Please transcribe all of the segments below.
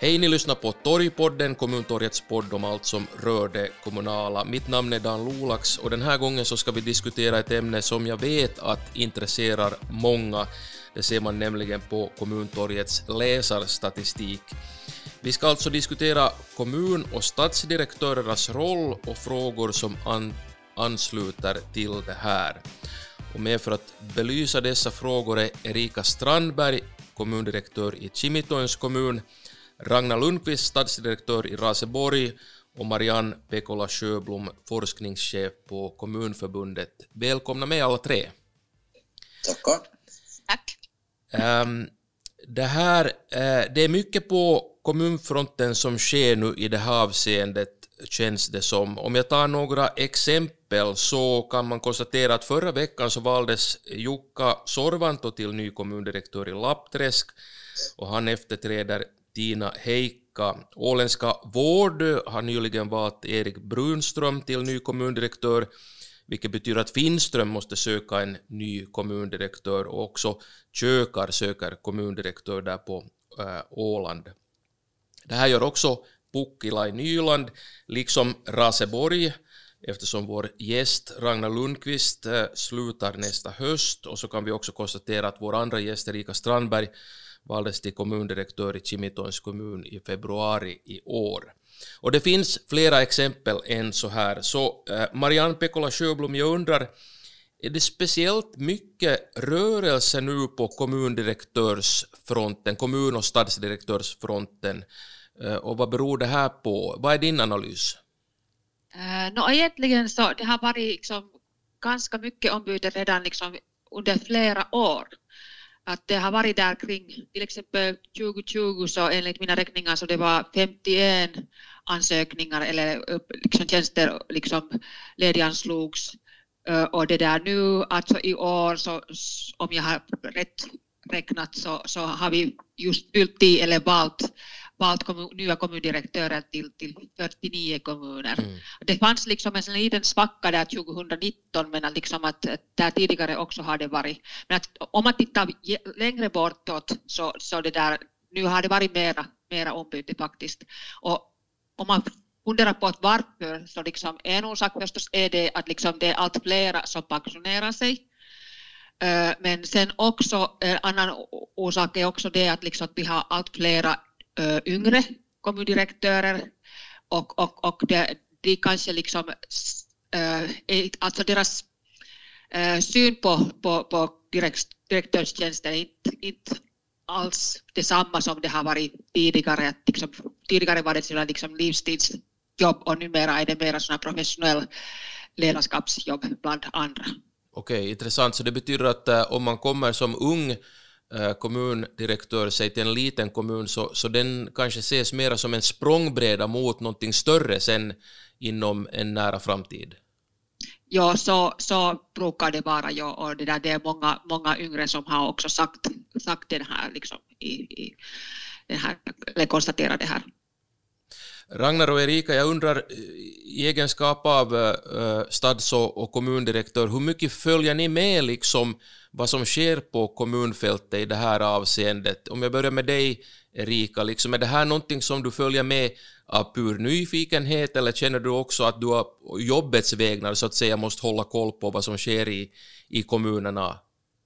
Hej, ni lyssnar på Torgpodden, Kommuntorgets podd om allt som rör det kommunala. Mitt namn är Dan Lolax och den här gången så ska vi diskutera ett ämne som jag vet att intresserar många. Det ser man nämligen på Kommuntorgets läsarstatistik. Vi ska alltså diskutera kommun- och stadsdirektörernas roll och frågor som ansluter till det här. Och med för att belysa dessa frågor är Erika Strandberg, kommundirektör i Kimitoins kommun, Ragnar Lundqvist, stadsdirektör i Raseborg och Marianne Pekola Sjöblom, forskningschef på Kommunförbundet. Välkomna med alla tre. Tackar. Tack. Det är mycket på kommunfronten som sker nu i det här avseendet, känns det som. Om jag tar några exempel så kan man konstatera att förra veckan så valdes Jukka Sorvanto till ny kommundirektör i Lappträsk och han efterträder Tina Heikka. Åländska Vård har nyligen valt Erik Brunström till ny kommundirektör, vilket betyder att Finström måste söka en ny kommundirektör och också Kökar söker kommundirektör där på Åland. Det här gör också Pukkila i Nyland, liksom Raseborg, eftersom vår gäst Ragnar Lundqvist slutar nästa höst, och så kan vi också konstatera att vår andra gäst Erika Strandberg valdes till kommundirektör i Kimitoins kommun i februari i år. Och det finns flera exempel än så här. Så Marianne Pekola Sjöblom, jag undrar, är det speciellt mycket rörelse nu på kommundirektörsfronten, kommun- och stadsdirektörsfronten? Och vad beror det här på? Vad är din analys? Egentligen så det har varit liksom ganska mycket ombyte redan liksom under flera år. Att det har varit där kring, till exempel 2020 så enligt mina räkningar så det var 51 ansökningar eller liksom tjänster liksom lediganslogs. Och det där nu, alltså i år så om jag har rätt räknat så har vi just fyllt i eller valt nya kommundirektörer till 49 kommuner. Det fanns liksom en liten svacka där 2019, men liksom att där tidigare också har det varit. Men att om man tittar längre bortåt så det där, nu har det varit mera ombyte faktiskt. Och om man funderar på att varför, så liksom en orsak förstås är det att liksom det är allt flera som pensionerar sig. Men sen också en annan orsak är också det att liksom vi har allt flera yngre kommundirektörer och de kanske liksom alltså deras syn på direktörstjänster är inte alls detsamma som det har varit tidigare. Liksom, tidigare var det sådana liksom livstidsjobb och numera är det mer sådana professionell ledarskapsjobb bland andra. Okej, intressant. Så det betyder att om man kommer som ung kommundirektör sig till en liten kommun så den kanske ses mer som en språngbräda mot någonting större sen inom en nära framtid. Ja, så brukar det vara, ja, och det är många yngre som har också sagt det här liksom i det här, eller konstaterat det här. Ragnar och Erika, jag undrar i egenskap av stads- och kommundirektör, hur mycket följer ni med liksom vad som sker på kommunfältet i det här avseendet? Om jag börjar med dig, Erika, liksom, är det här någonting som du följer med av pur nyfikenhet, eller känner du också att du har jobbets vägnar så att säga måste hålla koll på vad som sker i kommunerna?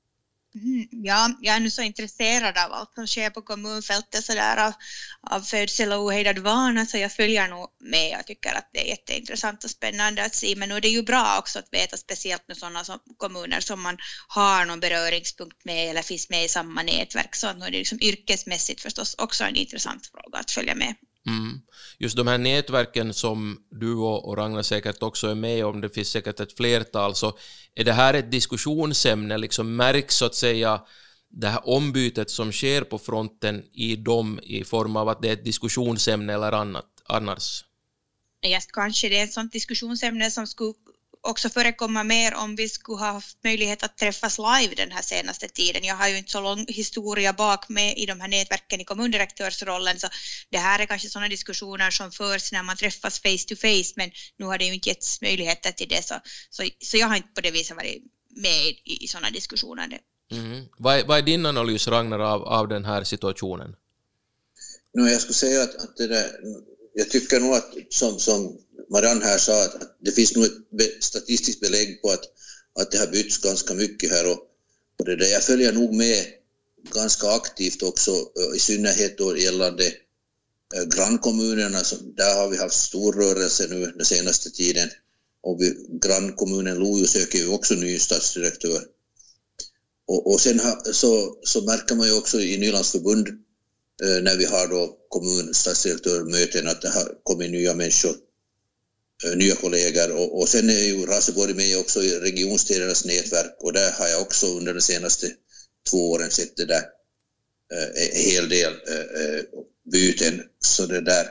Ja, jag är nu så intresserad av allt som sker på kommunfältet så där av födsel och ohejdad vana, så jag följer nog med. Jag tycker att det är jätteintressant och spännande att se, men nu är det ju bra också att veta, speciellt med sådana kommuner som man har någon beröringspunkt med eller finns med i samma nätverk, så nu är det liksom yrkesmässigt förstås också en intressant fråga att följa med. Just de här nätverken som du och Ragnar säkert också är med om, det finns säkert ett flertal, så är det här ett diskussionsämne, liksom märks så att säga det här ombytet som sker på fronten i form av att det är ett diskussionsämne eller annat annars? Ja, kanske det är ett sådant diskussionsämne som skulle också förekomma mer om vi skulle ha haft möjlighet att träffas live den här senaste tiden. Jag har ju inte så lång historia bak med i de här nätverken i kommundirektörsrollen, så det här är kanske sådana diskussioner som förs när man träffas face to face, men nu har det ju inte getts möjligheter till det, så jag har inte på det viset varit med i sådana diskussioner. Vad är din analys, Ragnar, av den här situationen? Jag skulle säga att det där, jag tycker nog att som Marianne här sa att det finns nog ett statistiskt belägg på att det har bytts ganska mycket här och det där. Jag följer nog med ganska aktivt också, i synnerhet då gällande grannkommunerna. Där har vi haft stor rörelse nu den senaste tiden och grannkommunen Lojo söker ju också ny stadsdirektör. Och sen så märker man ju också i Nylands förbund när vi har då kommunstadsdirektörmöten att det har kommit nya människor, nya kollegor och sen är ju Raseborg med också i regionstädernas nätverk och där har jag också under de senaste 2 åren sett det där en hel del byten. Så det där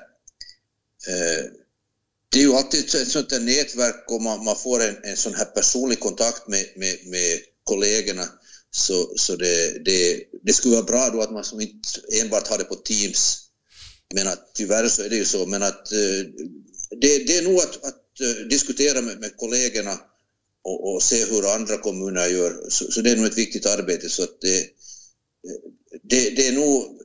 det är ju alltid ett sånt där nätverk och man får en sån här personlig kontakt med kollegorna. Så det skulle vara bra då att man som inte enbart har det på Teams, men att tyvärr så är det ju så, men att det är nog att diskutera med kollegorna och se hur andra kommuner gör, så det är nog ett viktigt arbete, så att det är nog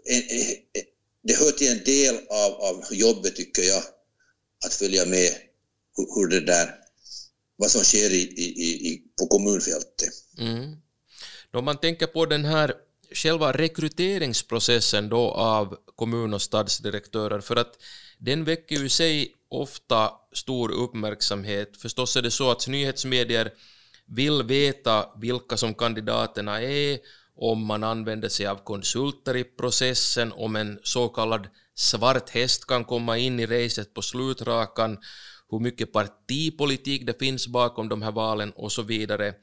det hör till en del av jobbet tycker jag, att följa med hur det där, vad som sker på kommunfältet. Mm. Om man tänker på den här själva rekryteringsprocessen då av kommun- och stadsdirektörer, för att den väcker ju sig ofta stor uppmärksamhet. Förstås är det så att nyhetsmedier vill veta vilka som kandidaterna är, om man använder sig av konsulter i processen, om en så kallad svart häst kan komma in i racet på slutrakan, hur mycket partipolitik det finns bakom de här valen och så vidare.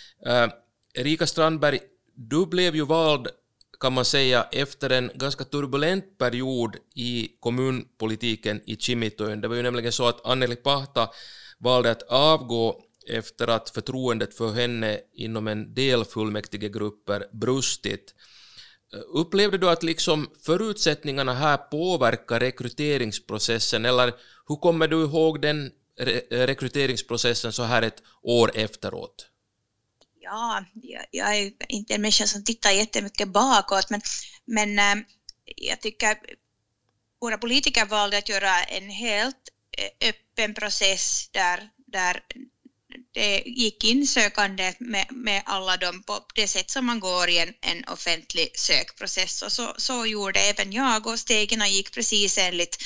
Erika Strandberg, du blev ju vald, kan man säga, efter en ganska turbulent period i kommunpolitiken i Kimitoön. Det var ju nämligen så att Anneli Pahta valde att avgå efter att förtroendet för henne inom en del fullmäktigegrupper brustit. Upplevde du att liksom förutsättningarna här påverkar rekryteringsprocessen, eller hur kommer du ihåg den rekryteringsprocessen så här ett år efteråt? Ja, jag är inte en människa som tittar jättemycket bakåt, men jag tycker våra politiker valde att göra en helt öppen process där det gick in sökande med alla dem på det sätt som man går i en offentlig sökprocess. Och så gjorde även jag, och stegen gick precis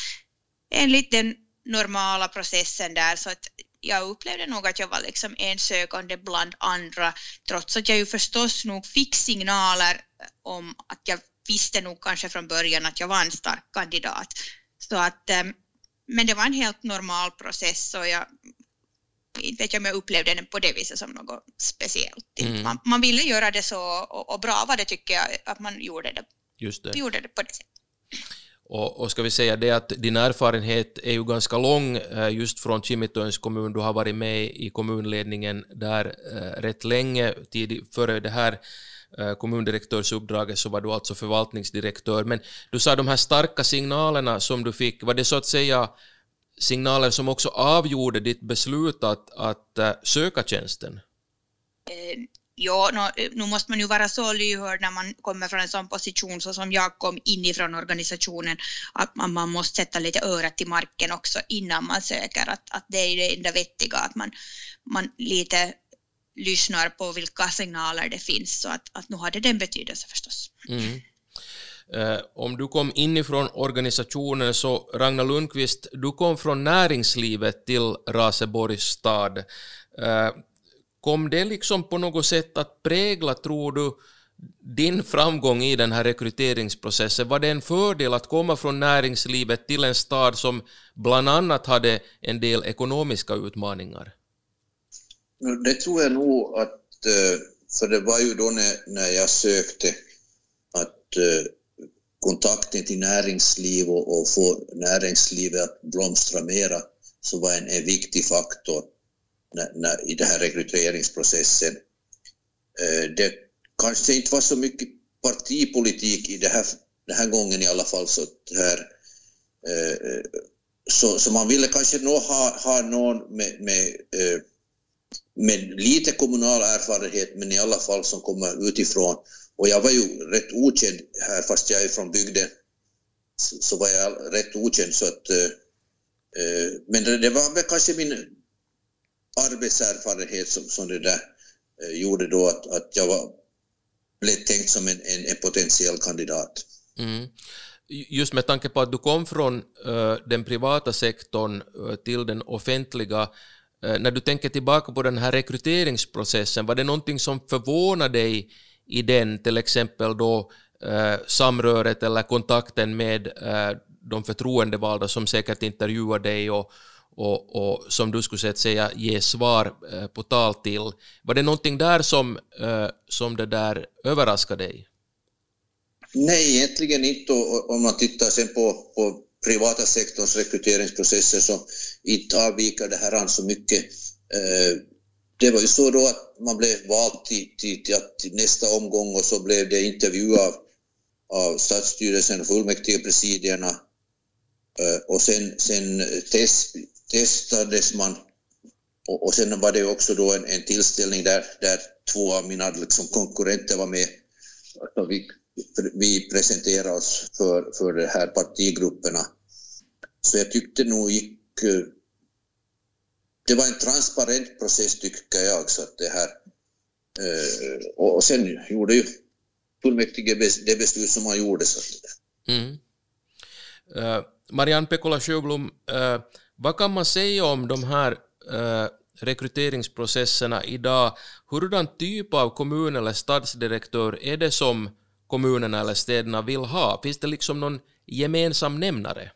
enligt den normala processen där, så att jag upplevde nog att jag var liksom en sökande bland andra, trots att jag ju förstås nog fick signaler om att jag visste nog kanske från början att jag var en stark kandidat. Så att, men det var en helt normal process, och jag vet inte om jag upplevde den på det viset som något speciellt. Mm. Man ville göra det så, och bra var det, tycker jag, att man gjorde det. Just det. Gjorde det på det sättet. Och ska vi säga det att din erfarenhet är ju ganska lång just från Kimitoöns kommun. Du har varit med i kommunledningen där rätt länge. Före det här kommundirektörsuppdraget så var du alltså förvaltningsdirektör. Men du sa de här starka signalerna som du fick, var det så att säga signaler som också avgjorde ditt beslut att söka tjänsten? Ja, nu måste man ju vara så lyhörd när man kommer från en sån position så som jag kom inifrån organisationen, att man måste sätta lite örat till marken också innan man söker, att det är det enda vettiga, att man lite lyssnar på vilka signaler det finns, så att nu har det den betydelse förstås. Mm. Om du kom inifrån organisationen, så Ragnar Lundqvist, du kom från näringslivet till Raseborgs stad. Kom det liksom på något sätt att prägla, tror du, din framgång i den här rekryteringsprocessen? Var det en fördel att komma från näringslivet till en stad som bland annat hade en del ekonomiska utmaningar? Det tror jag nog att, för det var ju då när jag sökte, att kontakten till näringsliv och få näringslivet att blomstra mera, så var en viktig faktor i den här rekryteringsprocessen. Det kanske inte var så mycket partipolitik i den här gången i alla fall, så man ville kanske nog ha någon med lite kommunal erfarenhet, men i alla fall som kommer utifrån. Och jag var ju rätt okänd här, fast jag är från bygden. så var jag rätt okänd. Så att, men det var väl kanske min arbetserfarenhet som det där gjorde då att jag blev tänkt som en potentiell kandidat. Just med tanke på att du kom från den privata sektorn till den offentliga, när du tänker tillbaka på den här rekryteringsprocessen, var det någonting som förvånade dig i den, till exempel då samröret eller kontakten med de förtroendevalda som säkert intervjuar dig och som du skulle säga ge svar på tal till? Var det någonting där som det där överraskade dig? Nej, egentligen inte. Om man tittar sen på privata sektorns rekryteringsprocesser så inte avviker det här så mycket. Det var ju så då att man blev vald till nästa omgång och så blev det intervju av stadsstyrelsen och fullmäktigepresidierna och sen testades man och sen var det också då en tillställning där två av mina liksom konkurrenter var med. Alltså vi presenterade oss för de här partigrupperna. Så jag tyckte nog det var en transparent process tycker jag. Så att det här, och sen gjorde ju fullmäktige det beslut som man gjorde. Så Marianne Pekola Sjöblom, vad kan man säga om de här rekryteringsprocesserna idag? Hurdan typ av kommun- eller stadsdirektör är det som kommunerna eller städerna vill ha? Finns det liksom någon gemensam nämnare?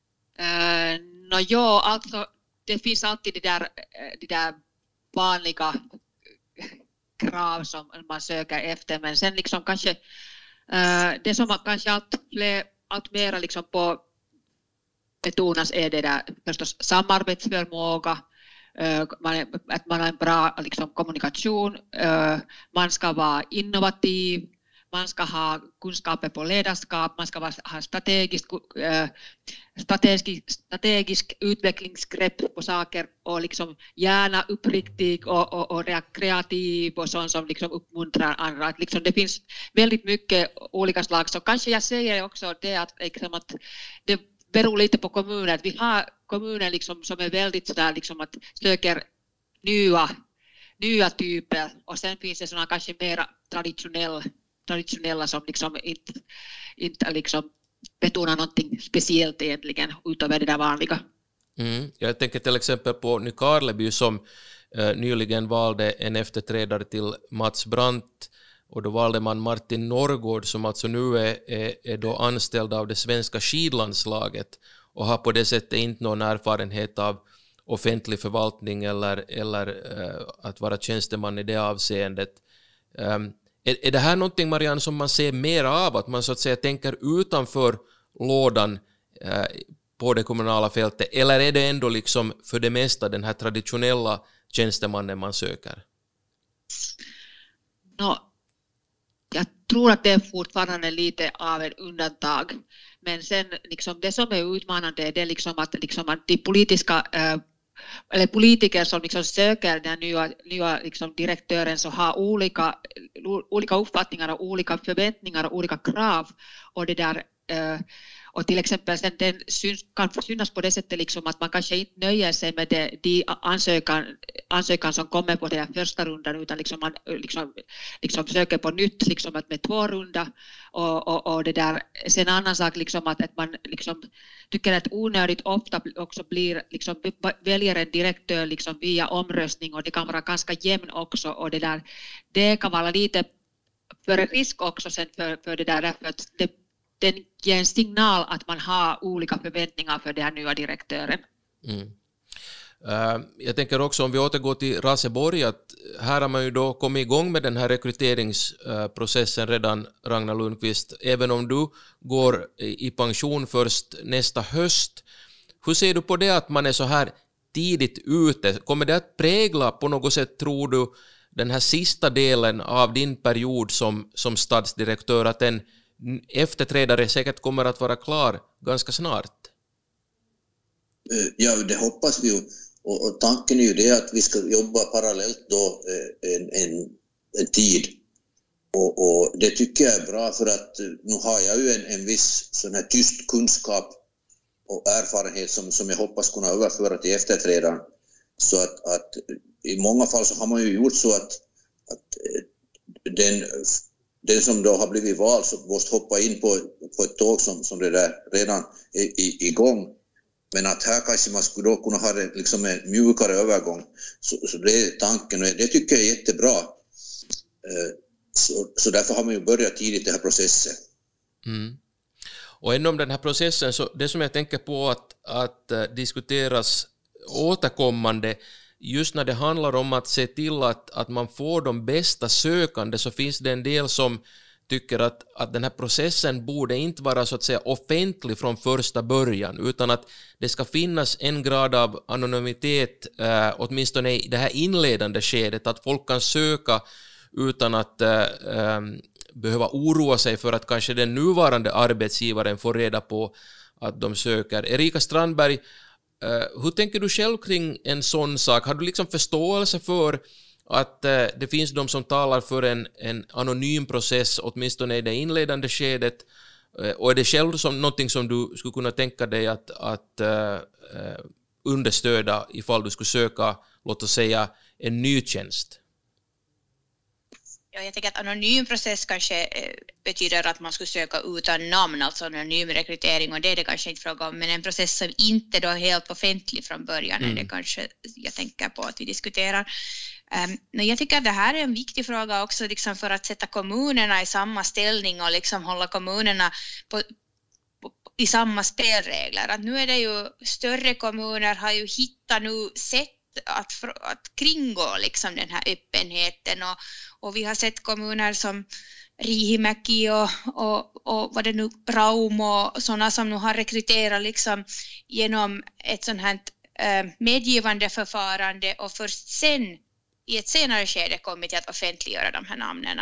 Alltså det finns alltid de där vanliga krav som man söker efter, men sen liksom kanske det som man kanske allt mer liksom på betonas är det där förstås samarbetsförmåga, att man har en bra liksom kommunikation, man ska vara innovativ, man ska ha kunskaper på ledarskap, man ska ha strategisk utvecklingsgrepp på saker och liksom gärna uppriktig och kreativ och sånt som liksom uppmuntrar andra. Att liksom det finns väldigt mycket olika slag. Så kanske jag säger också det att, liksom att det beror lite på kommuner. Att vi har kommuner liksom som är väldigt sådär liksom att söker nya typer och sen finns det sådana kanske mer traditionella som liksom inte liksom betonar någonting speciellt egentligen utöver det där vanliga. Jag tänker till exempel på Nykarleby som nyligen valde en efterträdare till Mats Brandt, och då valde man Martin Norrgård som alltså nu är då anställd av det svenska skidlandslaget och har på det sättet inte någon erfarenhet av offentlig förvaltning eller att vara tjänsteman i det avseendet. Är det här någonting, Marianne, som man ser mer av, att man så att säga tänker utanför lådan på det kommunala fältet, eller är det ändå liksom för det mesta den här traditionella tjänstemannen man söker? Jag tror att det är fortfarande lite av ett undantag, men sen liksom det som är utmanande är det liksom att de politiska eller politiker som liksom söker den nya liksom direktören så har olika uppfattningar och olika förväntningar och olika krav och det där och till exempel sen den kan synas på det sättet liksom att man kanske inte nöjer sig med de ansökan som kommer på den här första rundan utan liksom man liksom söker på nytt liksom att med 2 rundor och det där sen en annan sak liksom att man liksom tycker att onödigt ofta också blir liksom väljer en direktör liksom via omröstning och det kan vara ganska jämn också och det kan vara lite för en risk också sen för det där därför att den ger en signal att man har olika förväntningar för den här nya direktören. Jag tänker också om vi återgår till Raseborg att här har man ju då kommit igång med den här rekryteringsprocessen redan, Ragnar Lundqvist, även om du går i pension först nästa höst. Hur ser du på det att man är så här tidigt ute? Kommer det att prägla på något sätt, tror du, den här sista delen av din period som stadsdirektör, att en efterträdare säkert kommer att vara klar ganska snart? Ja, det hoppas vi ju. Och tanken är ju det att vi ska jobba parallellt då en tid. Och det tycker jag är bra, för att nu har jag ju en viss sån här tyst kunskap och erfarenhet som jag hoppas kunna överföra till efterträdaren. Så att i många fall så har man ju gjort så att den som då har blivit vald så måste hoppa in på ett tåg som det där redan är igång. Men att här kanske man skulle då kunna ha det liksom en mjukare övergång. Så det är tanken, och det tycker jag är jättebra. Så därför har man ju börjat tidigt den här processen. Mm. Och inom den här processen, så det som jag tänker på att diskuteras återkommande, just när det handlar om att se till att man får de bästa sökande, så finns det en del som tycker att den här processen borde inte vara så att säga offentlig från första början, utan att det ska finnas en grad av anonymitet åtminstone i det här inledande skedet, att folk kan söka utan att behöva oroa sig för att kanske den nuvarande arbetsgivaren får reda på att de söker. Erika Strandberg, hur tänker du själv kring en sån sak? Har du liksom förståelse för att det finns de som talar för en anonym process, åtminstone i det inledande skedet, och är det själv som någonting som du skulle kunna tänka dig att understöda ifall du skulle söka, låt oss säga, en ny tjänst? Ja, jag tänker att anonym process kanske betyder att man skulle söka utan namn, alltså anonym rekrytering, och det är det kanske inte fråga om, men en process som inte då är helt offentlig från början är det kanske jag tänker på att vi diskuterar. Men jag tycker att det här är en viktig fråga också liksom för att sätta kommunerna i samma ställning och liksom hålla kommunerna i samma spelregler. Att nu är det ju större kommuner har ju hittat nu sätt att kringgå liksom den här öppenheten, och vi har sett kommuner som Riihimäki och vad det nu, Rauma och sådana som nu har rekryterat liksom genom ett sånt här medgivande förfarande, och först sen i ett senare skede kommit till att offentliggöra de här namnen.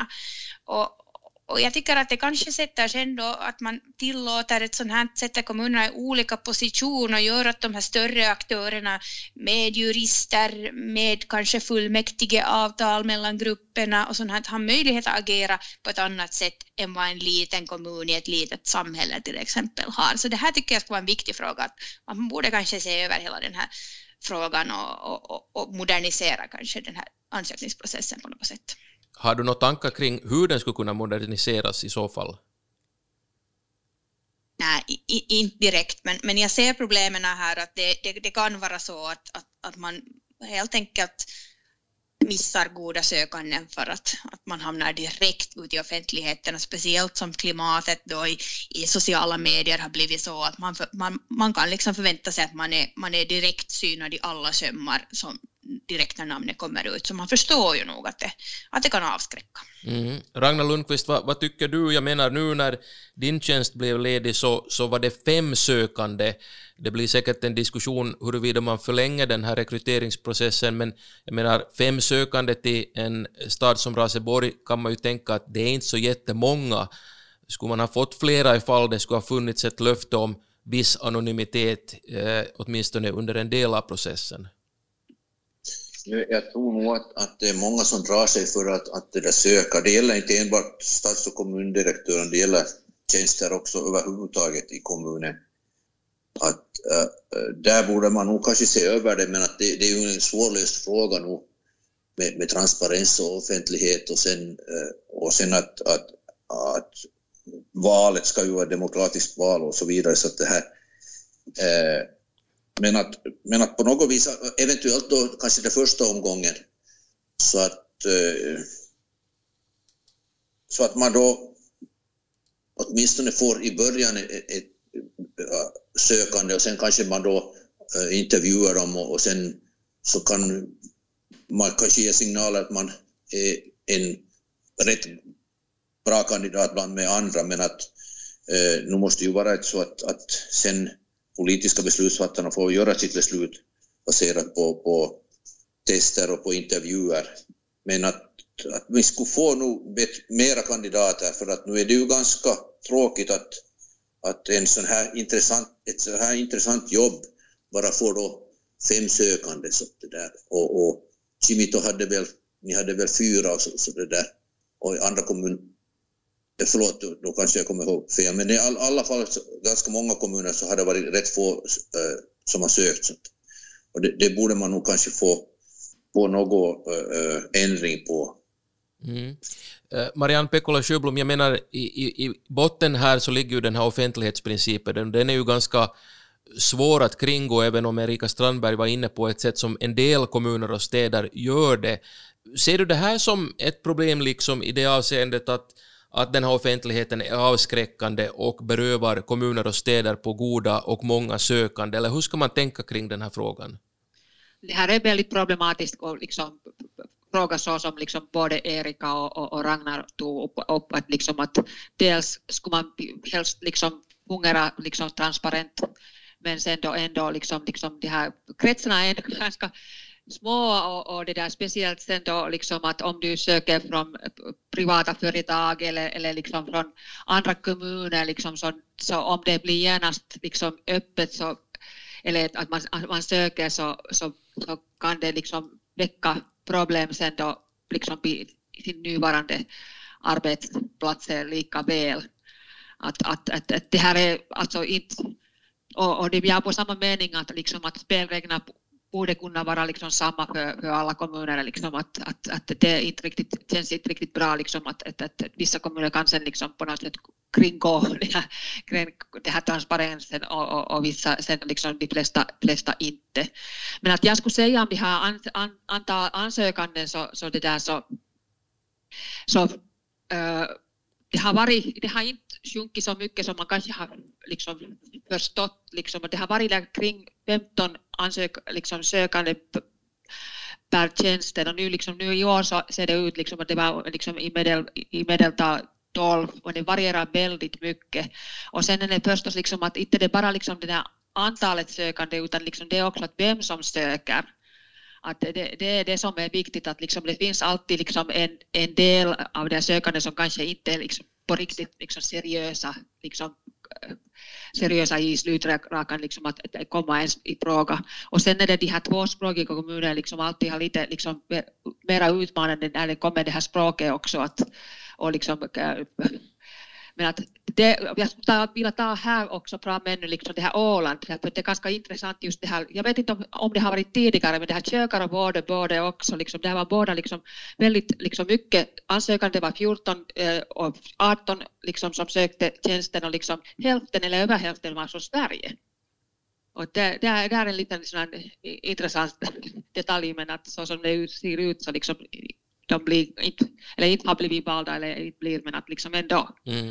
Och jag tycker att det kanske sätter sen då att man tillåter ett sånt här, sätter kommunerna i olika positioner och gör att de här större aktörerna med jurister, med kanske fullmäktige avtal mellan grupperna och sånt här, har möjlighet att agera på ett annat sätt än vad en liten kommun i ett litet samhälle till exempel har. Så det här tycker jag ska vara en viktig fråga, att man borde kanske se över hela den här frågan och modernisera kanske den här ansökningsprocessen på något sätt. Har du några tankar kring hur den skulle kunna moderniseras i så fall? Nej, inte direkt, men jag ser problemen här, att det kan vara så att man helt enkelt missar goda sökanden för att man hamnar direkt ut i offentligheten, och speciellt som klimatet då i sociala medier har blivit så att man kan liksom förvänta sig att man är direkt synad i alla sömmar som direkt när namnet kommer ut, så man förstår ju nog att det kan avskräcka. Ragnar Lundqvist, vad tycker du? Jag menar, nu när din tjänst blev ledig så var det 5 sökande. Det blir säkert en diskussion huruvida man förlänger den här rekryteringsprocessen, men jag menar 5 sökande till en stad som Raseborg kan man ju tänka att det är inte så jättemånga. Skulle man ha fått flera ifall det skulle ha funnits ett löfte om viss anonymitet åtminstone under en del av processen? Jag tror nog att det är många som drar sig för att det där söka. Det gäller inte enbart stads- och kommundirektören, det gäller tjänster också överhuvudtaget i kommunen. Att där borde man nog kanske se över det, men att det är ju en svårlöst fråga nu med transparens och offentlighet, och sen att valet ska ju vara ett demokratiskt val och så vidare, så att det här men att på något vis eventuellt då kanske det första omgången så att man då åtminstone får i början ett sökande, och sen kanske man då intervjuar dem, och sen så kan man kanske ge signaler att man är en rätt bra kandidat bland med andra, men att nu måste ju vara så att sen politiska beslutsfattarna får göra sitt beslut baserat på tester och på intervjuer. Men att vi skulle få nog mera kandidater, för att nu är det ju ganska tråkigt att ett så här intressant jobb bara får då 5 sökande. Så det där. Och Kimito hade väl 4, så det där. och i andra kommuner, förlåt, då kanske jag kommer ihåg fel, men i alla fall ganska många kommuner så har det varit rätt få som har sökt. Och det borde man nog kanske få någon ändring på. Marianne Pekola-Sjöblom, jag menar i botten här så ligger ju den här offentlighetsprincipen. Den är ju ganska svår att kringgå, även om Erika Strandberg var inne på ett sätt som en del kommuner och städer gör det. Ser du det här som ett problem liksom i det avseendet att den här offentligheten är avskräckande och berövar kommuner och städer på goda och många sökande? Eller hur ska man tänka kring den här frågan? Det här är väldigt problematiskt och liksom fråga så som liksom både Erika och Ragnar tog upp att, liksom att dels skulle man helst liksom fungera liksom transparent, men sen då ändå liksom de här kretsarna är ganska små och det där speciellt sen då liksom att om du söker från privata företag eller liksom från andra kommuner liksom så om det blir genast liksom öppet så eller att man söker så kan det liksom väcka problem sen då liksom i sin nuvarande arbetsplatser lika väl. Att det här är alltså inte och det är på samma mening att liksom att spelreglerna borde kunna vara liksom samma för alla kommuner liksom att det är inte riktigt känns inte riktigt bra liksom att vissa kommuner kan sen liksom på något sätt kringgå det här transparensen och vissa sen liksom de flesta inte. Men att jag skulle säga om de här antal ansökanden så det där så det har inte sjunkit så mycket som man kanske har liksom förstått liksom, och det har varit där kring 15 liksom sökande per tjänsten och nu i år så ser det ut liksom att det var liksom i medeltal 12 och det varierar väldigt mycket och sen är det förstås liksom att inte det bara liksom det där antalet sökande utan liksom det är också att vem som söker. Att det är det som är viktigt att liksom det finns alltid liksom en del av de sökande som kanske inte är liksom på riktigt liksom seriösa i slutrakan liksom att komma ens i fråga. Och sen är det de här tvåspråkiga kommuner liksom alltid har lite liksom mera utmanande när det kommer det här språket också att och liksom men att jag skulle vilja ta här också fram ännu liksom det här Åland, för det är ganska intressant just det här, jag vet inte om det har varit tidigare, men det här kökar och både också, liksom, det här var båda liksom väldigt liksom mycket ansökande, det var 14 och 18 liksom som sökte tjänsten och liksom hälften eller över hälften var från Sverige. Och det är en liten sån intressant detalj, men att så som det ser ut så liksom de blir inte har blivit valda eller inte blir, men att liksom ändå.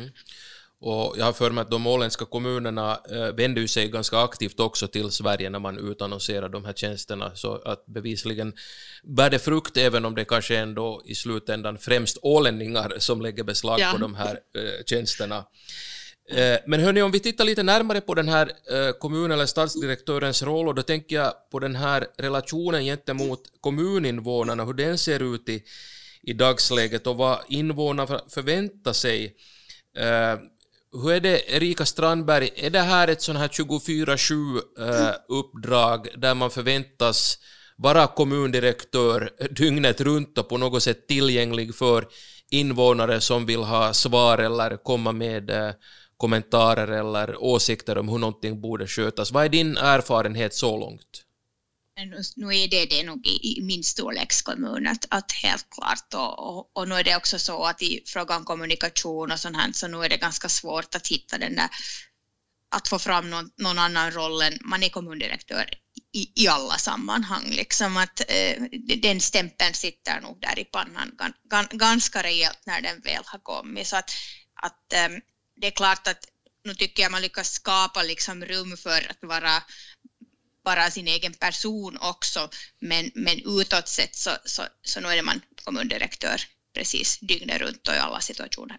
Och jag har för mig att de åländska kommunerna vänder sig ganska aktivt också till Sverige när man utannonserar de här tjänsterna, så att bevisligen bär det frukt, även om det kanske ändå i slutändan främst ålänningar som lägger beslag på de här tjänsterna. Men hörni, om vi tittar lite närmare på den här kommun- eller stadsdirektörens roll, och då tänker jag på den här relationen gentemot kommuninvånarna, hur den ser ut i dagsläget och vad invånarna förväntar sig. Hur är det, Erika Strandberg, är det här ett sån här 24/7 uppdrag där man förväntas vara kommundirektör dygnet runt och på något sätt tillgänglig för invånare som vill ha svar eller komma med kommentarer eller åsikter om hur någonting borde skötas? Vad är din erfarenhet så långt? Nu är det nog i min storlekskommun att helt klart, och nu är det också så att i fråga om kommunikation och sånt här, så nu är det ganska svårt att hitta den där, att få fram någon annan roll än man är kommundirektör i alla sammanhang, liksom att den stämpeln sitter nog där i pannan ganska rejält när den väl har kommit, så att det är klart att nu tycker jag man lyckas skapa liksom rum för att vara sin egen person också, men utåt sett så nu är man kommundirektör precis dygnet runt och i alla situationer.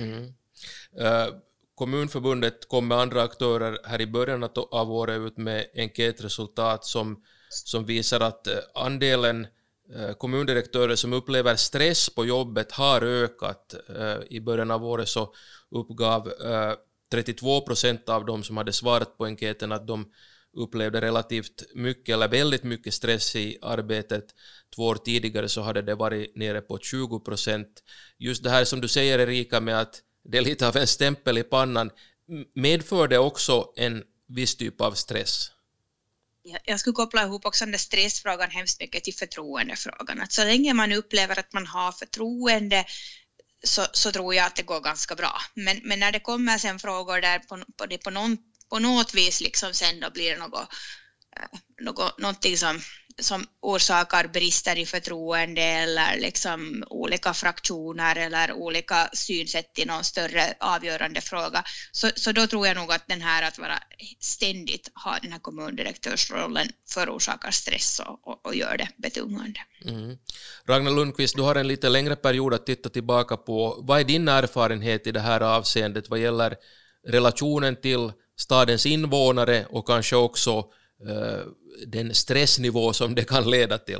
Kommunförbundet kom med andra aktörer här i början av året ut med enkätresultat som visar att andelen kommundirektörer som upplever stress på jobbet har ökat. I början av året så uppgav 32% av dem som hade svarat på enkäten att de upplevde relativt mycket eller väldigt mycket stress i arbetet. 2 år tidigare så hade det varit nere på 20%. Just det här som du säger, Erika, med att det är lite av en stämpel i pannan, medför det också en viss typ av stress? Jag skulle koppla ihop också den där stressfrågan hemskt mycket till förtroendefrågan. Att så länge man upplever att man har förtroende så tror jag att det går ganska bra. Men när det kommer sen frågor där på något vis liksom sen då blir det någonting som orsakar brister i förtroende eller liksom olika fraktioner eller olika synsätt i någon större avgörande fråga, så då tror jag nog att den här att vara ständigt ha den här kommundirektörsrollen förorsakar stress och gör det betungande. Ragnar Lundqvist, du har en lite längre period att titta tillbaka på. Vad är din erfarenhet i det här avseendet vad gäller relationen till stadens invånare och kanske också den stressnivå som det kan leda till?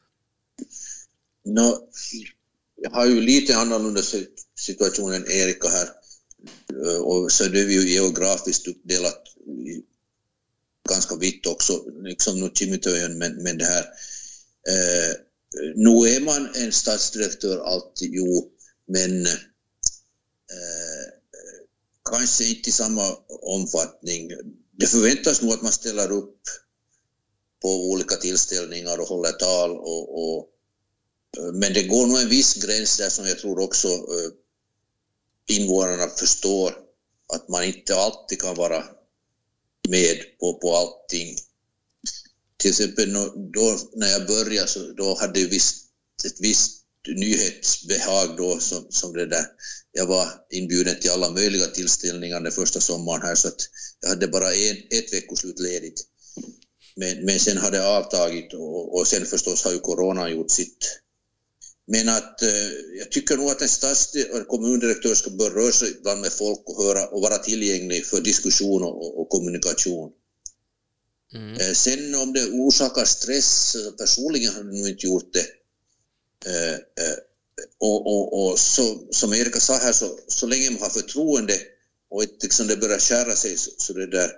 Jag har ju lite annorlunda situation än Erika här, och så är det ju geografiskt uppdelat ganska vitt också, liksom Notchimitöjen, men det här nu är man en stadsdirektör alltid, men kanske inte i samma omfattning. Det förväntas nog att man ställer upp på olika tillställningar och håller tal, men det går nog en viss gräns där som jag tror också invånarna förstår, att man inte alltid kan vara med på allting. Till exempel då, när jag började så då hade jag ett visst nyhetsbehag då som det där. Jag var inbjuden till alla möjliga tillställningar den första sommaren här, så att jag hade bara ett veckoslut ledigt. Men sen hade jag avtagit och sen förstås har ju corona gjort sitt. Men att jag tycker nog att en kommundirektör ska börja röra sig bland med folk och höra och vara tillgänglig för diskussion och kommunikation. Sen om det orsakar stress, personligen har jag nog inte gjort det. Och så, som Erika sa här, så länge man har förtroende och inte liksom det börjar kära sig så det där,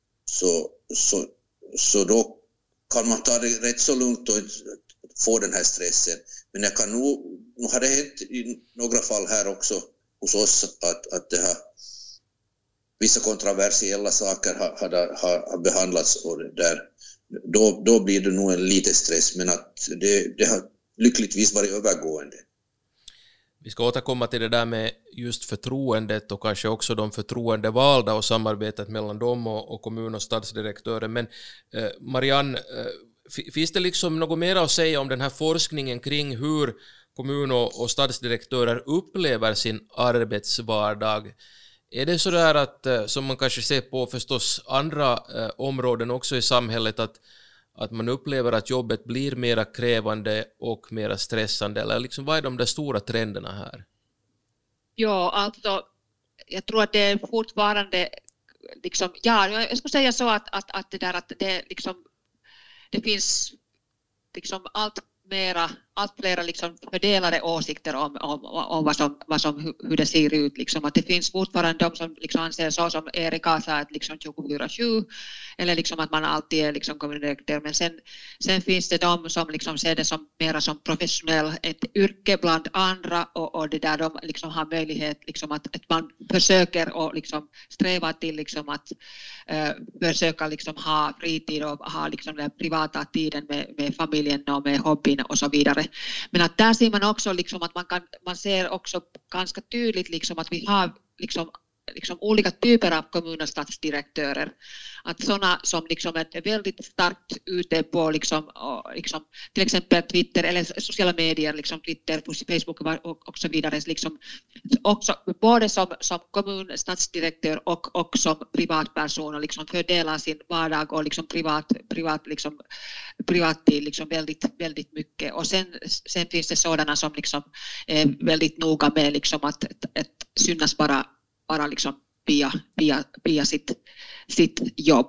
så då kan man ta det rätt så lugnt och få den här stressen. Men jag kan nog har det hänt i några fall här också hos oss att det har vissa kontroversiella saker har behandlats, och det där, då blir det nog en liten stress, men att det har lyckligtvis varit övergående. Vi ska återkomma till det där med just förtroendet och kanske också de förtroendevalda och samarbetet mellan dem och kommun- och stadsdirektören. Men Marianne, finns det liksom något mer att säga om den här forskningen kring hur kommun- och stadsdirektörer upplever sin arbetsvardag? Är det så där att, som man kanske ser på förstås andra områden också i samhället, att man upplever att jobbet blir mera krävande och mera stressande, eller liksom, vad är de där stora trenderna här? Ja, alltså jag tror att det är fortfarande liksom, ja, jag skulle säga så att det där, att det liksom, det finns liksom allt flera liksom fördelade åsikter om hur det ser ut, liksom, att det finns fortfarande de som liksom anser så som Erika sa, att liksom 24/7 eller liksom att man alltid är liksom kommundirektör, men sen finns det de som liksom ser det som mera som professionell, ett yrke bland andra, och det där de liksom har möjlighet liksom att man försöker och liksom sträva till liksom att försöka liksom ha fritid och ha liksom den privata tiden med familjen och med hobbyn och så vidare. Men att där ser man också liksom att man ser också ganska tydligt liksom att vi har liksom olika typer av kommun- och stadsdirektörer. Att sådana som liksom är väldigt starkt ute på liksom till exempel Twitter eller sociala medier, liksom Twitter, Facebook och så vidare, liksom också både som kommun- och stadsdirektör och som privatperson, och liksom fördelar sin vardag och liksom privattid liksom väldigt, väldigt mycket. Och sen finns det sådana som liksom är väldigt noga med liksom att synas bara liksom via sitt jobb.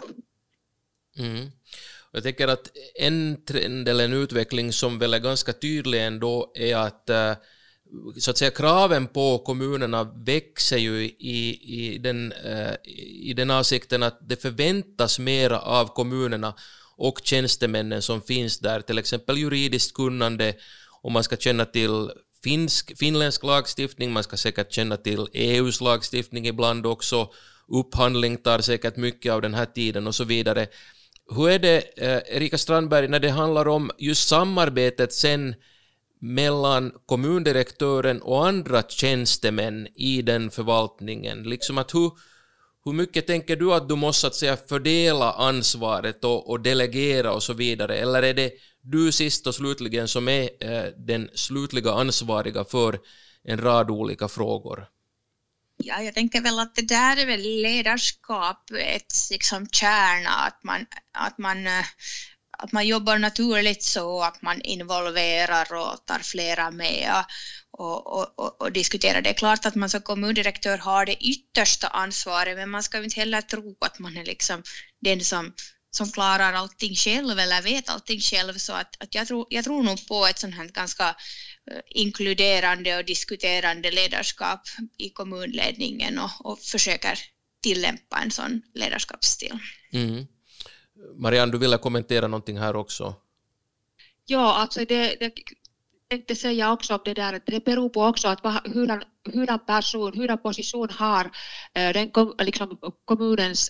Jag tänker att en trend eller en utveckling som väl är ganska tydlig ändå är att så att säga kraven på kommunerna växer ju i den avsikten att det förväntas mera av kommunerna och tjänstemännen som finns där, till exempel juridiskt kunnande, om man ska känna till finländsk lagstiftning, man ska säkert känna till EUs lagstiftning ibland också, upphandling tar säkert mycket av den här tiden och så vidare. Hur är det, Erika Strandberg, när det handlar om just samarbetet sen mellan kommundirektören och andra tjänstemän i den förvaltningen? Liksom att hur mycket tänker du att du måste att säga fördela ansvaret och delegera och så vidare? Eller är det du sist och slutligen som är den slutliga ansvariga för en rad olika frågor? Ja, jag tänker väl att det där är väl ledarskap, ett liksom kärna, att man jobbar naturligt så att man involverar och tar flera med och diskuterar. Det är klart att man som kommundirektör har det yttersta ansvaret, men man ska ju inte heller tro att man är liksom den som klarar allting själv eller vet allting själv. Så att jag tror nog på ett sånt här ganska inkluderande och diskuterande ledarskap i kommunledningen och försöker tillämpa en sån ledarskapsstil. Mm. Marianne, du ville kommentera någonting här också. Ja, alltså det tänkte säga också om det där, att det beror på också att hurdan position har liksom kommunens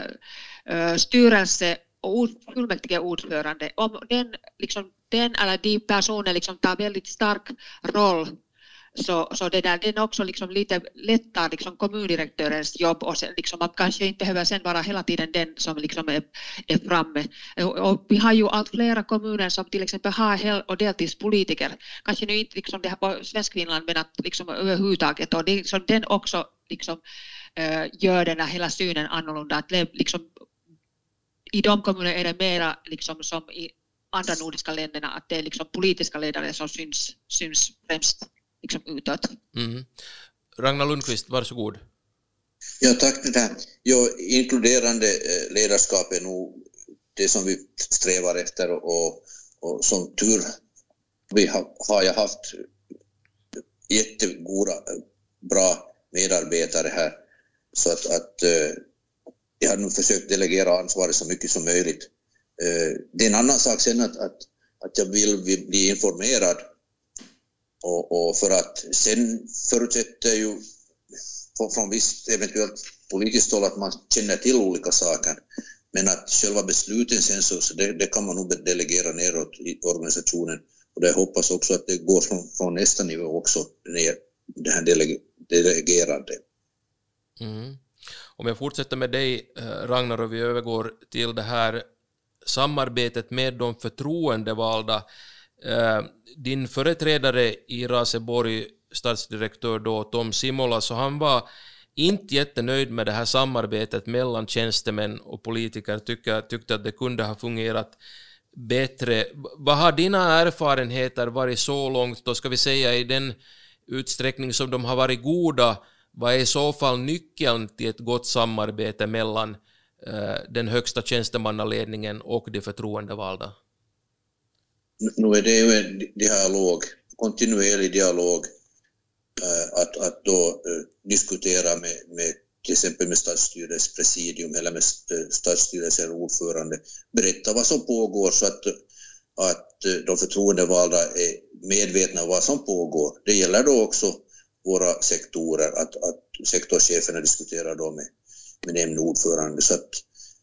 styrelse och fullmäktige ordförande. Om den eller de personer liksom tar väldigt stark roll, så det där, den också liksom lite lättar liksom kommundirektörens jobb, och sen liksom man kanske inte behöver sen vara hela tiden den som liksom är framme. Och vi har ju allt flera kommuner som till exempel har hel- och deltidspolitiker, kanske nu inte liksom det här på Svenskfinland, men att liksom överhuvudtaget, och det, liksom, den också liksom gör den här hela synen annorlunda, att liksom i de kommunerna är det mera liksom som i andra nordiska länderna, att det är liksom politiska ledare som syns främst liksom utåt. Mm. Ragnar Lundqvist, varsågod. Ja, tack för det. Ja, inkluderande ledarskap är nog det som vi strävar efter, och som tur har jag haft jättegoda, bra medarbetare här, så att jag har nog försökt delegera ansvaret så mycket som möjligt. Det är en annan sak sen att jag vill bli informerad, och för att sen förutsätter ju från visst eventuellt politiskt håll att man känner till olika saker, men att själva besluten sen så det kan man nog delegera neråt i organisationen, och det hoppas också att det går från nästa nivå också ner, det här delegerande. Mm. Om jag fortsätter med dig, Ragnar, och vi övergår till det här samarbetet med de förtroendevalda. Din företrädare i Raseborg, stadsdirektör då, Tom Simola, så han var inte jättenöjd med det här samarbetet mellan tjänstemän och politiker, tyckte att det kunde ha fungerat bättre. Vad har dina erfarenheter varit så långt, då ska vi säga i den utsträckning som de har varit goda? Vad är i så fall nyckeln till ett gott samarbete mellan den högsta tjänstemannaledningen och de förtroendevalda? Nu är det ju en dialog, kontinuerlig dialog, att då diskutera med till exempel med stadsstyrelsens presidium eller med stadsstyrelsens ordförande, berätta vad som pågår, så att de förtroendevalda är medvetna om vad som pågår. Det gäller då också våra sektorer, att sektorscheferna diskuterar då med nämndordförande, så att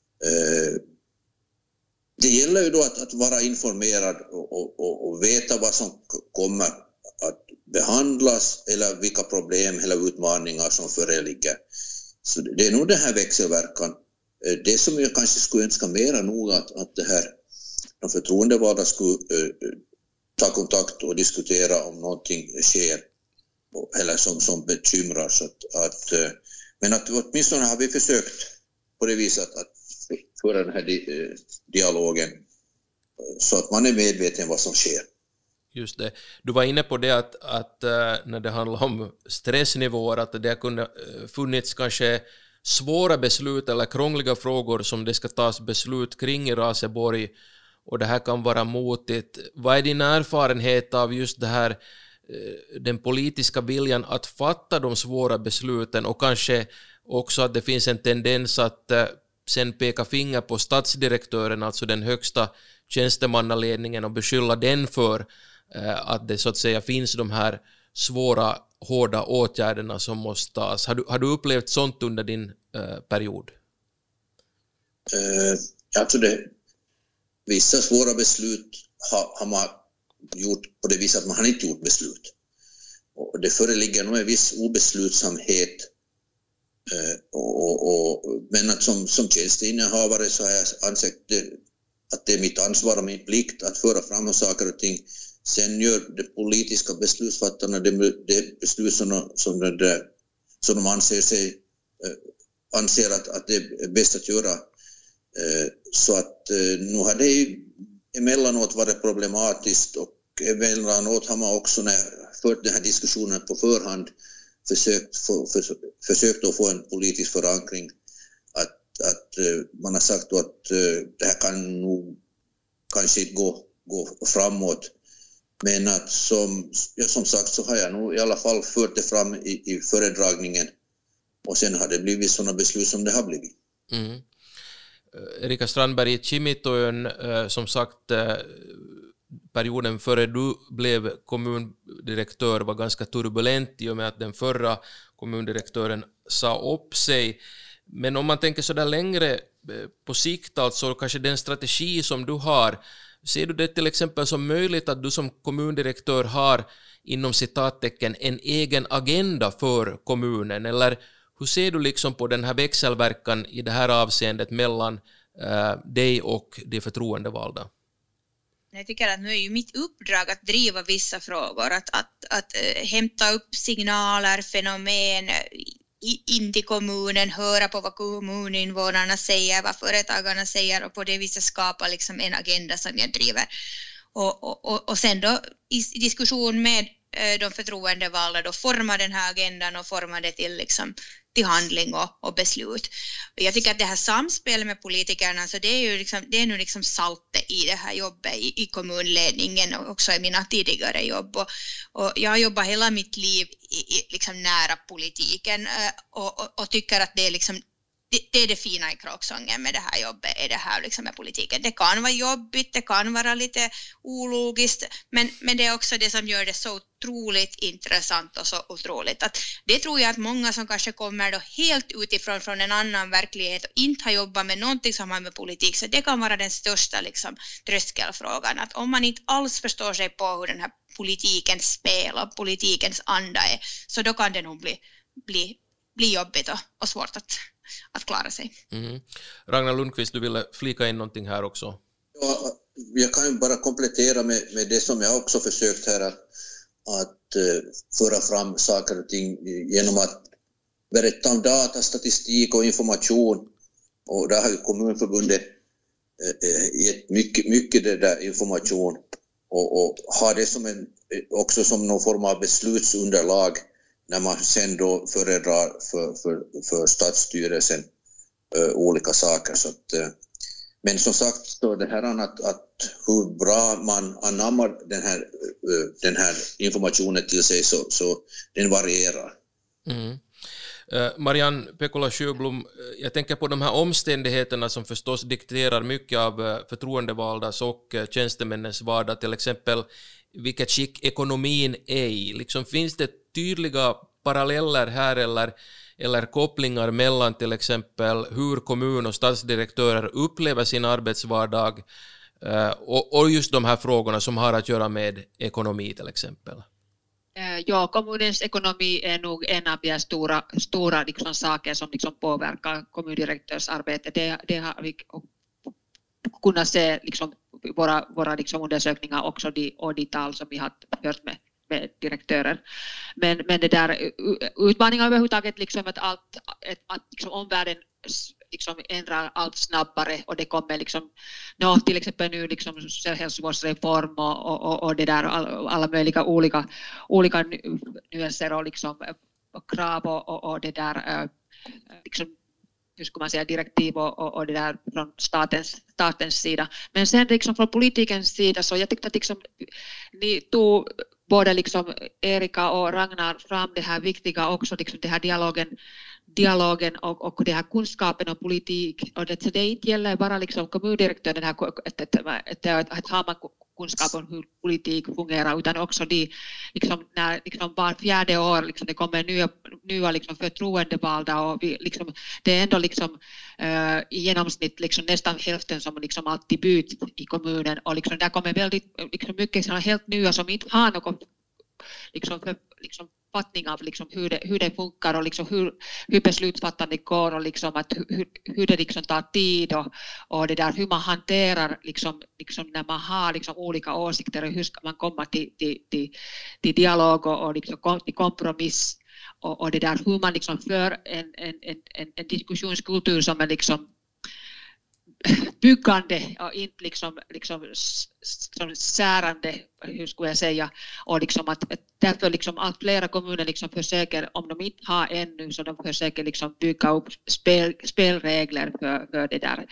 det gäller ju då att vara informerad och veta vad som kommer att behandlas, eller vilka problem eller utmaningar som föreligger. Så det är nog den här växelverkan. Det som jag kanske skulle önska mera nog att det här, de förtroendevalda skulle ta kontakt och diskutera om någonting sker eller som bekymrar. Så men att åtminstone har vi försökt på det viset att föra den här dialogen så att man är medveten vad som sker. Just det. Du var inne på det att när det handlar om stressnivåer, att det kunde funnits kanske svåra beslut eller krångliga frågor som det ska tas beslut kring i Raseborg, och det här kan vara motigt. Vad är din erfarenhet av just det här den politiska viljan att fatta de svåra besluten, och kanske också att det finns en tendens att sen peka finger på statsdirektören, alltså den högsta tjänstemannaledningen, och beskylla den för att det så att säga finns de här svåra, hårda åtgärderna som måste tas. Har du upplevt sånt under din period? Alltså vissa svåra beslut har man gjort på det viset att man har inte gjort beslut. Och det föreligger nog en viss obeslutsamhet. Men att som tjänsteinnehavare så har jag ansett att det är mitt ansvar och min plikt att föra fram saker och ting. Sen gör de politiska beslutsfattarna det beslut som de anser att det är bäst att göra. Så att nu har det emellanåt varit problematiskt, och emellanåt har man också, när fört den här diskussionen på förhand, försökt att få en politisk förankring, att man har sagt att det här kan nog kanske inte gå framåt. Men att som sagt så har jag nog i alla fall fört det fram i föredragningen, och sen har det blivit sådana beslut som det har blivit. Mm. Erika Strandberg, i Kimitoön, som sagt, perioden före du blev kommundirektör var ganska turbulent i och med att den förra kommundirektören sa upp sig. Men om man tänker så där längre på sikt, alltså kanske den strategi som du har, ser du det till exempel som möjligt att du som kommundirektör har inom citattecken en egen agenda för kommunen, eller hur ser du liksom på den här växelverkan i det här avseendet mellan dig och de förtroendevalda? Jag tycker att nu är ju mitt uppdrag att driva vissa frågor, att hämta upp signaler, fenomen in till kommunen, höra på vad kommuninvånarna säger, vad företagarna säger, och på det viset skapa liksom en agenda som jag driver. Och sen då i diskussion med de förtroendevalda då forma den här agendan och forma det till handling och beslut. Och jag tycker att det här samspelet med politikerna, så det är nu liksom saltet i det här jobbet i kommunledningen och också i mina tidigare jobb. Och jag har jobbat hela mitt liv liksom nära politiken och tycker att det är liksom det är det fina i kråksången med det här jobbet, är det här liksom med politiken. Det kan vara jobbigt, det kan vara lite ologiskt, men det är också det som gör det så otroligt intressant och så otroligt. Att det tror jag att många som kanske kommer då helt utifrån från en annan verklighet och inte har jobbat med någonting som har med politik, så det kan vara den största liksom tröskelfrågan. Att om man inte alls förstår sig på hur den här politikens spel och politikens anda är, så då kan det nog bli jobbigt och svårt att klara sig. Mm. Ragnar Lundqvist, du ville flika in någonting här också. Ja, jag kan ju bara komplettera med det som jag också försökt här att föra fram saker och ting genom att berätta om data, statistik och information. Och där har ju Kommunförbundet gett mycket det där information och har det också som någon form av beslutsunderlag när man sen då föredrar för stadsstyrelsen olika saker. Så att, men som sagt, så det här att hur bra man anammar den här informationen till sig, så den varierar. Mm. Marianne Pekola-Sjöblom, jag tänker på de här omständigheterna som förstås dikterar mycket av förtroendevaldas och tjänstemännens vardag, till exempel vilket skick ekonomin är i. Liksom, finns det tydliga paralleller här eller kopplingar mellan till exempel hur kommun- och stadsdirektörer upplever sin arbetsvardag och just de här frågorna som har att göra med ekonomi till exempel? Ja, kommunens ekonomi är nog en av de stora liksom, saker som liksom, påverkar kommundirektörsarbetet. Det har vi kunnat se liksom, våra liksom, undersökningar också och de tal som vi har hört med direktörer. Men det där utmaningar överhuvudtaget liksom att liksom omvärlden liksom ändrar allt snabbare och det kommer liksom till exempel nu liksom hälsovårdsreform och det där alla möjliga olika nyanser och liksom krav och det där liksom hur ska man säga direktiv och det där från statens sida. Men sen liksom från politikens sida så jag tyckte att liksom ni tog både liksom Erika och Ragnar fram det här viktiga också, liksom det här dialogen och det här kunskapen och politik. Och det inte gäller bara liksom kommundirektör, den här, att har man kunskap om hur politik fungerar, utan också liksom, när liksom var fjärde år liksom, det kommer nya liksom, förtroendevalda och liksom, det är ändå liksom, i genomsnitt liksom, nästan hälften som liksom, alltid byts i kommunen, och liksom, där kommer väldigt liksom, mycket sådana helt nya som inte har något liksom, fattning av liksom hur det funkar och liksom hur beslutsfattande går och liksom att hur det liksom tar tid och det där hur man hanterar liksom när man har liksom olika åsikter och hur ska man komma till dialog och liksom till kompromiss och det där hur man liksom för en diskussionskultur som är liksom byggande och inte liksom särande, hur skulle jag säga, och liksom att därför liksom allt flera kommuner liksom försöker, om de inte har ännu, så de försöker liksom bygga upp spelregler för det där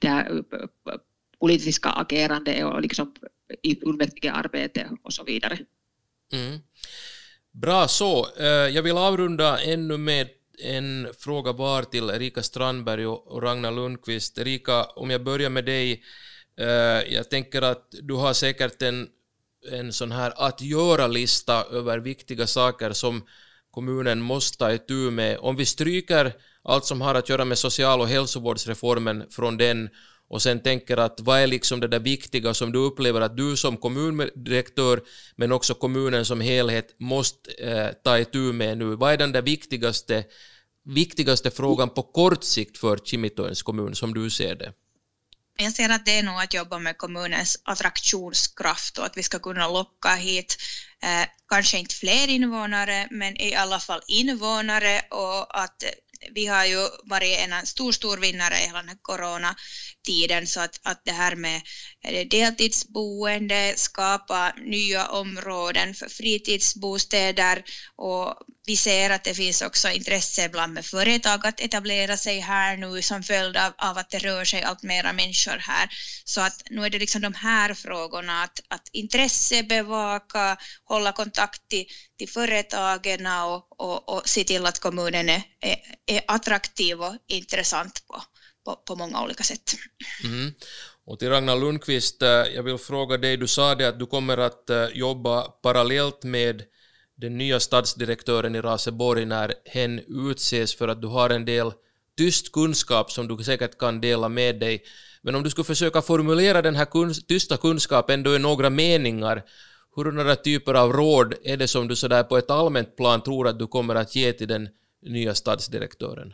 politiska agerande och liksom i fullmäktige arbete och så vidare. Mm. Bra så. Jag vill avrunda ännu med en fråga var till Erika Strandberg och Ragnar Lundqvist. Erika, om jag börjar med dig. Jag tänker att du har säkert en sån här att göra-lista över viktiga saker som kommunen måste ta itu med. Om vi stryker allt som har att göra med social- och hälsovårdsreformen från den och sen tänker att vad är liksom det där viktiga som du upplever att du som kommundirektör men också kommunen som helhet måste ta itu med nu. Vad är den där viktigaste frågan på kort sikt för Kimitoins kommun som du ser det? Jag ser att det är nog att jobba med kommunens attraktionskraft och att vi ska kunna locka hit kanske inte fler invånare men i alla fall invånare, och att vi har ju varit en stor vinnare i hela den här coronatiden, så att det här med deltidsboende, skapa nya områden för fritidsbostäder, och vi ser att det finns också intresse bland med företag att etablera sig här nu som följd av att det rör sig allt mera människor här. Så att nu är det liksom de här frågorna, att intresse bevaka, hålla kontakt till företagen och se till att kommunen är attraktiv och intressant på många olika sätt. Mm. Och till Ragnar Lundqvist, jag vill fråga dig, du sa det att du kommer att jobba parallellt med den nya stadsdirektören i Raseborg när hen utses, för att du har en del tyst kunskap som du säkert kan dela med dig. Men om du skulle försöka formulera den här tysta kunskapen ändå i några meningar, hurdana typer av råd är det som du sådär på ett allmänt plan tror att du kommer att ge till den nya stadsdirektören?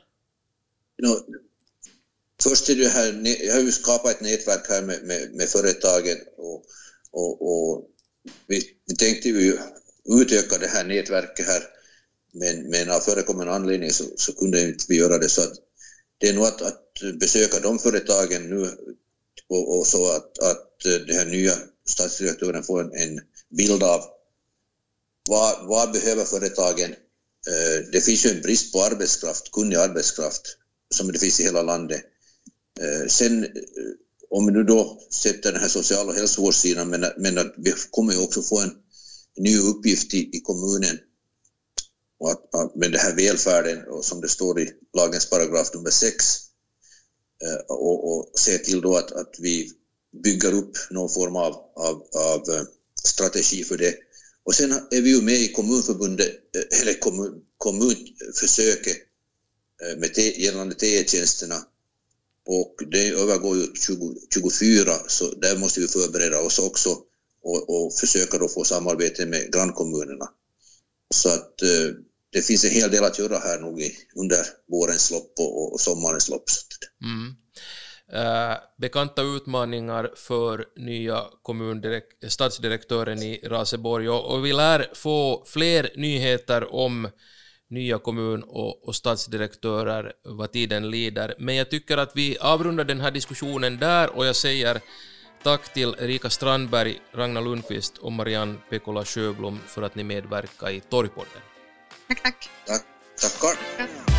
Först är det här, jag har ju skapat ett nätverk här med företagen och vi tänkte ju utöka det här nätverket här, men av förekommande anledning så kunde inte vi göra det, så att det är nog att besöka de företagen nu och så att den här nya stadsdirektören får en bild av vad behöver företagen. Det finns ju en brist på arbetskraft, kunnig arbetskraft, som det finns i hela landet. Sen om vi nu då sätter den här social- och hälsovårdssidan, men att vi kommer ju också få en ny uppgift i kommunen och att med det här välfärden, och som det står i lagens paragraf nummer 6, och se till då att vi bygger upp någon form av strategi för det. Och sen är vi ju med i kommunförbundet, eller kommunförsöket med gällande TE-tjänsterna, och det övergår ju 24, så där måste vi förbereda oss också och försöka då få samarbete med grannkommunerna. Så att det finns en hel del att göra här nog under vårens lopp och sommarens lopp. Bekanta utmaningar för nya stadsdirektören i Raseborg, och vi lär få fler nyheter om nya kommun- och stadsdirektörer vad tiden lider. Men jag tycker att vi avrundar den här diskussionen där, och jag säger tack till Erika Strandberg, Ragnar Lundqvist och Marianne Pekola Sjöblom för att ni medverkar i Torgpodden. Tack. Tackar.